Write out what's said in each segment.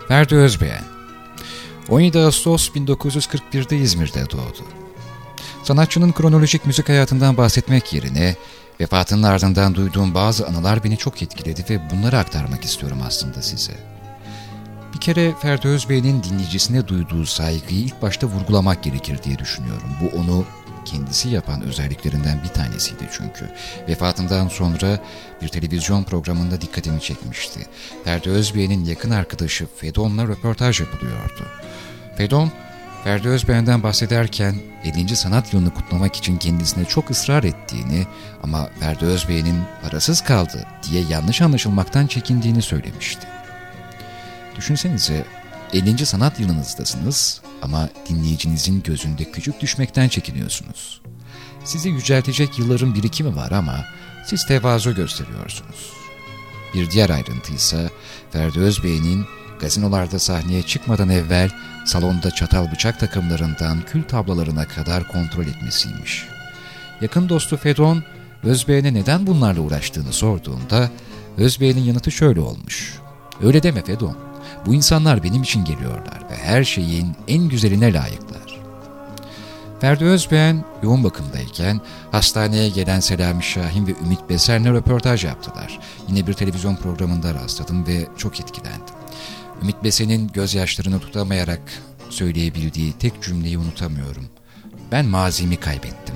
Ferdi Özbeğen 17 Ağustos 1941'de İzmir'de doğdu. Sanatçının kronolojik müzik hayatından bahsetmek yerine vefatının ardından duyduğum bazı anılar beni çok etkiledi ve bunları aktarmak istiyorum aslında size. Bir kere Ferdi Özbeğen'in dinleyicisine duyduğu saygıyı ilk başta vurgulamak gerekir diye düşünüyorum. Bu onu kendisi yapan özelliklerinden bir tanesiydi çünkü. Vefatından sonra bir televizyon programında dikkatimi çekmişti. Ferdi Özbeğen'in yakın arkadaşı Fedon'la röportaj yapılıyordu. Fedon, Ferdi Özbeğen'den bahsederken 50. sanat yılını kutlamak için kendisine çok ısrar ettiğini ama Ferdi Özbeğen'in parasız kaldı diye yanlış anlaşılmaktan çekindiğini söylemişti. Düşünsenize 50. sanat yılınızdasınız ama dinleyicinizin gözünde küçük düşmekten çekiniyorsunuz. Sizi yüceltecek yılların birikimi var ama siz tevazu gösteriyorsunuz. Bir diğer ayrıntı ise Ferdi Özbeğen'in gazinolarda sahneye çıkmadan evvel salonda çatal bıçak takımlarından kül tablolarına kadar kontrol etmesiymiş. Yakın dostu Fedon, Özbeğen'e neden bunlarla uğraştığını sorduğunda Özbeğen'in yanıtı şöyle olmuş: "Öyle deme Fedon, bu insanlar benim için geliyorlar ve her şeyin en güzeline layıklar." Ferdi Özbeğen yoğun bakımdayken hastaneye gelen Selami Şahin ve Ümit Beser'le röportaj yaptılar. Yine bir televizyon programında rastladım ve çok etkilendim. Ümit Beser'in gözyaşlarını tutamayarak söyleyebildiği tek cümleyi unutamıyorum: "Ben mazimi kaybettim."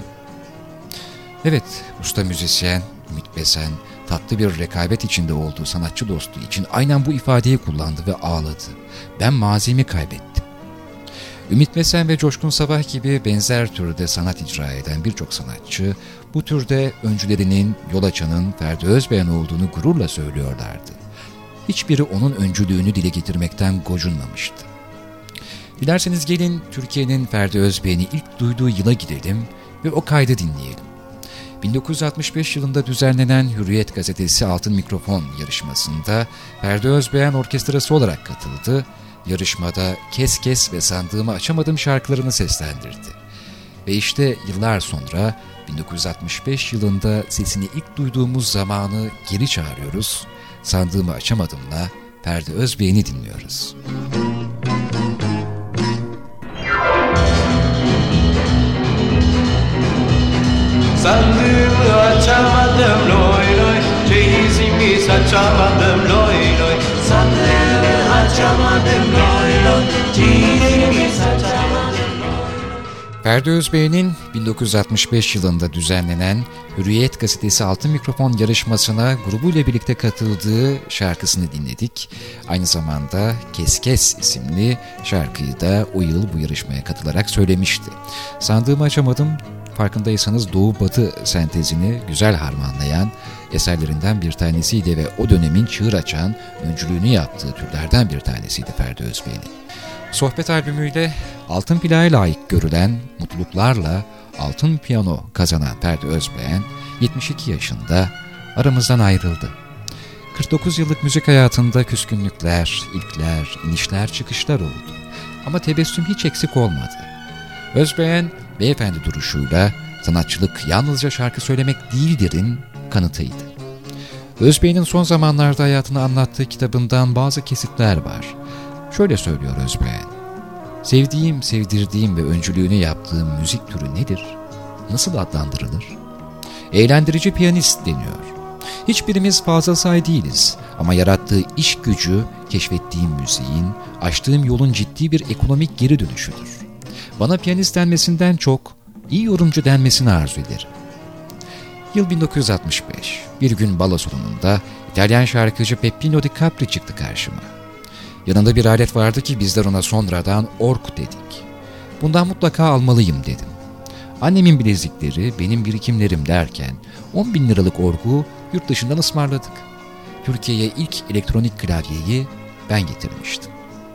Evet, usta müzisyen Ümit Besen tatlı bir rekabet içinde olduğu sanatçı dostu için aynen bu ifadeyi kullandı ve ağladı. "Ben mazimi kaybettim." Ümit Besen ve Coşkun Sabah gibi benzer türde sanat icra eden birçok sanatçı bu türde öncülerinin, yol açanın Ferdi Özbeğen olduğunu gururla söylüyorlardı. Hiçbiri onun öncülüğünü dile getirmekten gocunmamıştı. Dilerseniz gelin Türkiye'nin Ferdi Özbeğen'i ilk duyduğu yıla gidelim ve o kaydı dinleyelim. 1965 yılında düzenlenen Hürriyet Gazetesi Altın Mikrofon yarışmasında Ferdi Özbeğen orkestrası olarak katıldı. Yarışmada Kes Kes ve Sandığımı Açamadım şarkılarını seslendirdi. Ve işte yıllar sonra 1965 yılında sesini ilk duyduğumuz zamanı geri çağırıyoruz. Sandığımı Açamadım'la Ferdi Özbeğen'i dinliyoruz. Sandığımı açamadım loy loy, çeyizimi saçamadım loy loy. Sandığımı açamadım loy loy, çeyizimi saçamadım loy. Ferdi Özbeğen'in 1965 yılında düzenlenen Hürriyet Gazetesi Altın Mikrofon yarışmasına grubuyla birlikte katıldığı şarkısını dinledik. Aynı zamanda Kes Kes isimli şarkıyı da o yıl bu yarışmaya katılarak söylemişti. Sandığımı Açamadım, farkındaysanız Doğu-Batı sentezini güzel harmanlayan eserlerinden bir tanesiydi ve o dönemin çığır açan öncülüğünü yaptığı türlerden bir tanesiydi Ferdi Özbeğen'in. Sohbet albümüyle altın playa layık görülen Mutluluklarla altın piyano kazanan Ferdi Özbeğen 72 yaşında aramızdan ayrıldı. 49 yıllık müzik hayatında küskünlükler, ilkler, inişler, çıkışlar oldu. Ama tebessüm hiç eksik olmadı. Özbeğen, beyefendi duruşuyla sanatçılık yalnızca şarkı söylemek değildir'in kanıtıydı. Özbeğen'in son zamanlarda hayatını anlattığı kitabından bazı kesitler var. Şöyle söylüyor Özbeğen: "Sevdiğim, sevdirdiğim ve öncülüğünü yaptığım müzik türü nedir? Nasıl adlandırılır? Eğlendirici piyanist deniyor. Hiçbirimiz fazla say değiliz ama yarattığı iş gücü, keşfettiğim müziğin, açtığım yolun ciddi bir ekonomik geri dönüşüdür. Bana piyanist denmesinden çok iyi yorumcu denmesini arzu ederim." Yıl 1965. Bir gün balo salonunda İtalyan şarkıcı Peppino Di Capri çıktı karşıma. Yanında bir alet vardı ki bizler ona sonradan org dedik. "Bundan mutlaka almalıyım" dedim. Annemin bilezikleri, benim birikimlerim derken 10.000 liralık orgu yurt dışından ısmarladık. Türkiye'ye ilk elektronik klavyeyi ben getirmiştim.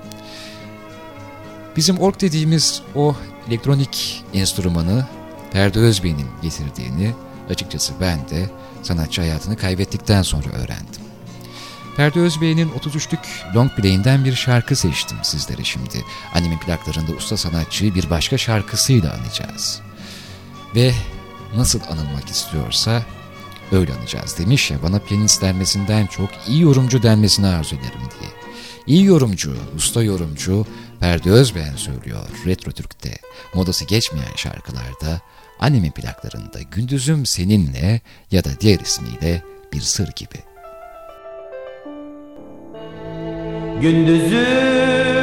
Bizim org dediğimiz o elektronik enstrümanı Ferdi Özbeğen'in getirdiğini açıkçası ben de sanatçı hayatını kaybettikten sonra öğrendim. Ferdi Özbeğen'in 33'lük long play'inden bir şarkı seçtim sizlere şimdi. Annemin plaklarında usta sanatçıyı bir başka şarkısıyla anacağız. Ve nasıl anılmak istiyorsa öyle anacağız demiş ya, bana piyanist denmesinden çok iyi yorumcu denmesini arzu ederim diye. İyi yorumcu, usta yorumcu Ferdi Özbeğen söylüyor Retro Türk'te. Modası geçmeyen şarkılarda, annemin plaklarında Gündüzüm Seninle ya da diğer ismiyle Bir Sır Gibi. Gündüzüm